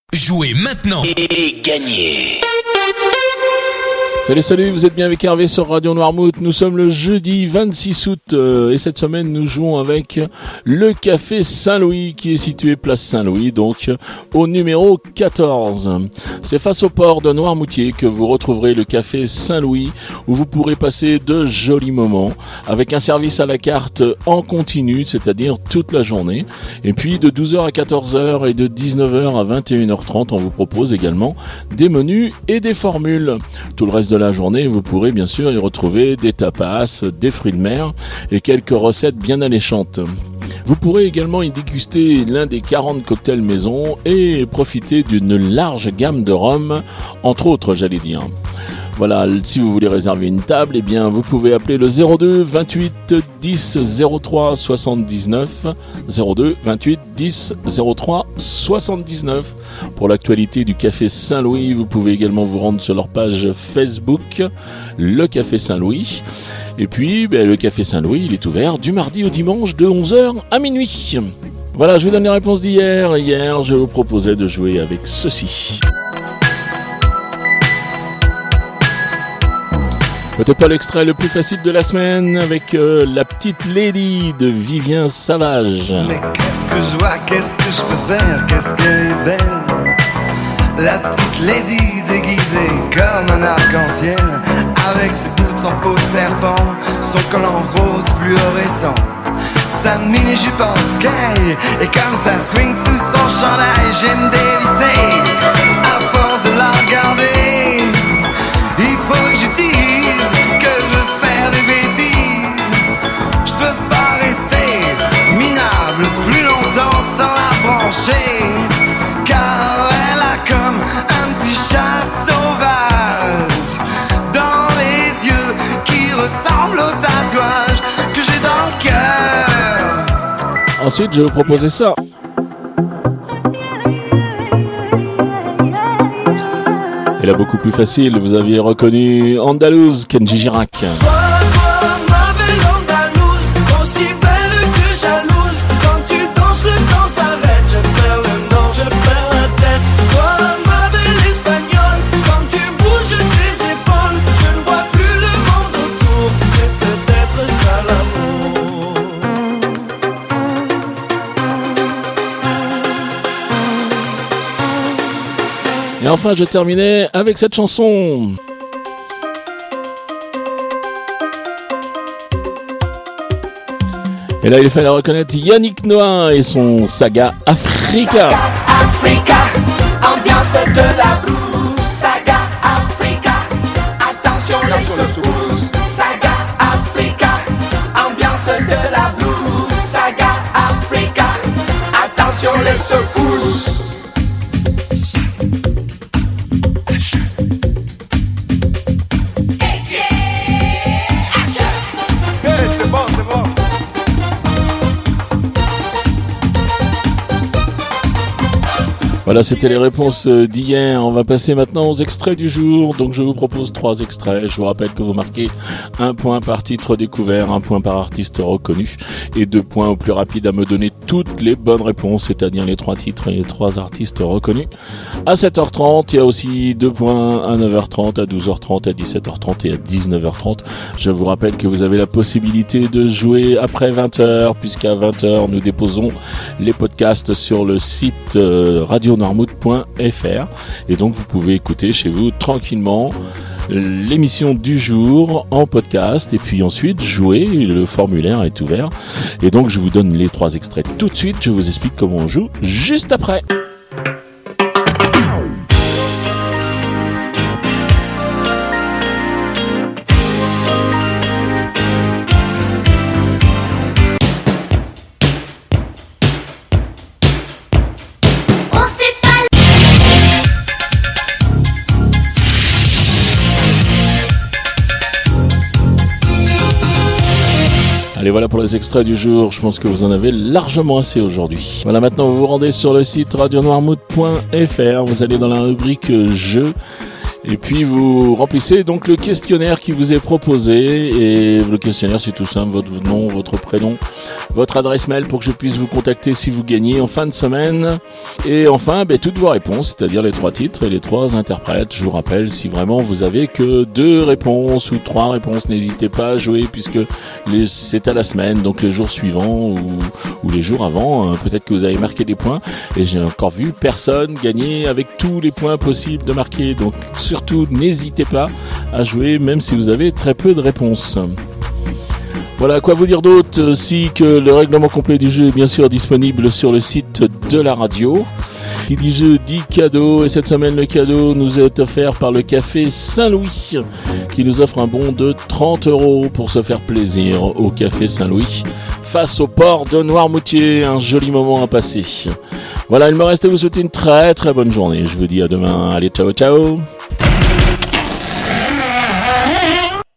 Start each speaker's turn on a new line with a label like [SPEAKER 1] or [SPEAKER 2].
[SPEAKER 1] Jouez maintenant et gagnez.
[SPEAKER 2] Salut, vous êtes bien avec Hervé sur Radio Noirmouth. Nous sommes le jeudi 26 août et cette semaine nous jouons avec le Café Saint-Louis qui est situé place Saint-Louis, donc au numéro 14. C'est face au port de Noirmoutier que vous retrouverez le Café Saint-Louis où vous pourrez passer de jolis moments avec un service à la carte en continu, c'est-à-dire toute la journée. Et puis de 12h à 14h et de 19h à 21h30, on vous propose également des menus et des formules. Tout le reste de la journée, vous pourrez bien sûr y retrouver des tapas, des fruits de mer et quelques recettes bien alléchantes. Vous pourrez également y déguster l'un des 40 cocktails maison et profiter d'une large gamme de rhum, entre autres, j'allais dire. Voilà, si vous voulez réserver une table, eh bien, vous pouvez appeler le 02 28 10 03 79, 02 28 10 03 79. Pour l'actualité du Café Saint-Louis, vous pouvez également vous rendre sur leur page Facebook, le Café Saint-Louis. Et puis, le Café Saint-Louis, il est ouvert du mardi au dimanche de 11h à minuit. Voilà, je vous donne les réponses d'hier. Hier, je vous proposais de jouer avec ceci. Peut-être pas l'extrait le plus facile de la semaine avec La Petite Lady de Vivien Savage.
[SPEAKER 3] Mais qu'est-ce que je vois, qu'est-ce que je peux faire, qu'est-ce qu'elle est belle. La petite lady déguisée comme un arc-en-ciel, avec ses boots en peau de serpent, son collant rose fluorescent, sa mini-jupe en sky, et comme ça swing sous son chandail, j'aime dévisser. À force de la regarder, il faut que je dise que je veux faire des bêtises. Je peux pas rester minable plus longtemps sans la brancher, car elle a comme un petit chat sauvage dans les yeux qui ressemblent au tatouage que j'ai dans le cœur.
[SPEAKER 2] Ensuite, je vais vous proposer ça. Et là, beaucoup plus facile, vous aviez reconnu Andalouse, Kenji Girac. Et enfin, je terminais avec cette chanson. Et là, il fallait reconnaître Yannick Noah et son Saga Africa.
[SPEAKER 4] Saga Africa, ambiance de la blues. Saga Africa, attention les secousses. Saga Africa, ambiance de la blues. Saga Africa, attention les secousses.
[SPEAKER 2] Voilà, c'était les réponses d'hier. On va passer maintenant aux extraits du jour. Donc je vous propose 3 extraits. Je vous rappelle que vous marquez 1 point par titre découvert, 1 point par artiste reconnu et 2 points au plus rapide à me donner toutes les bonnes réponses, c'est-à-dire les 3 titres et les 3 artistes reconnus. À 7h30, il y a aussi 2 points à 9h30, à 12h30, à 17h30 et à 19h30. Je vous rappelle que vous avez la possibilité de jouer après 20h, puisqu'à 20h, nous déposons les podcasts sur le site radionoirmouth.fr et donc vous pouvez écouter chez vous tranquillement l'émission du jour en podcast et puis ensuite jouer. Le formulaire est ouvert et donc je vous donne les 3 extraits tout de suite. Je vous explique comment on joue juste après. Allez, voilà pour les extraits du jour. Je pense que vous en avez largement assez aujourd'hui. Voilà, maintenant vous vous rendez sur le site radionoirmouth.fr. Vous allez dans la rubrique jeux Et puis vous remplissez donc le questionnaire qui vous est proposé. Et le questionnaire, c'est tout simple, votre nom, votre prénom, votre adresse mail pour que je puisse vous contacter si vous gagnez en fin de semaine. Et enfin, toutes vos réponses, c'est-à-dire les 3 titres et les 3 interprètes. Je vous rappelle, si vraiment vous avez que 2 réponses ou 3 réponses, n'hésitez pas à jouer puisque c'est à la semaine, donc les jours suivants ou les jours avant. Peut-être que vous avez marqué des points et j'ai encore vu personne gagner avec tous les points possibles de marquer. Donc surtout, n'hésitez pas à jouer même si vous avez très peu de réponses. Voilà, quoi vous dire d'autre si que le règlement complet du jeu est bien sûr disponible sur le site de la radio. Qui dit jeu dit cadeau, et cette semaine le cadeau nous est offert par le Café Saint-Louis qui nous offre un bon de 30 € pour se faire plaisir au Café Saint-Louis face au port de Noirmoutier. Un joli moment à passer. Voilà, il me reste à vous souhaiter une très très bonne journée. Je vous dis à demain. Allez, ciao ciao.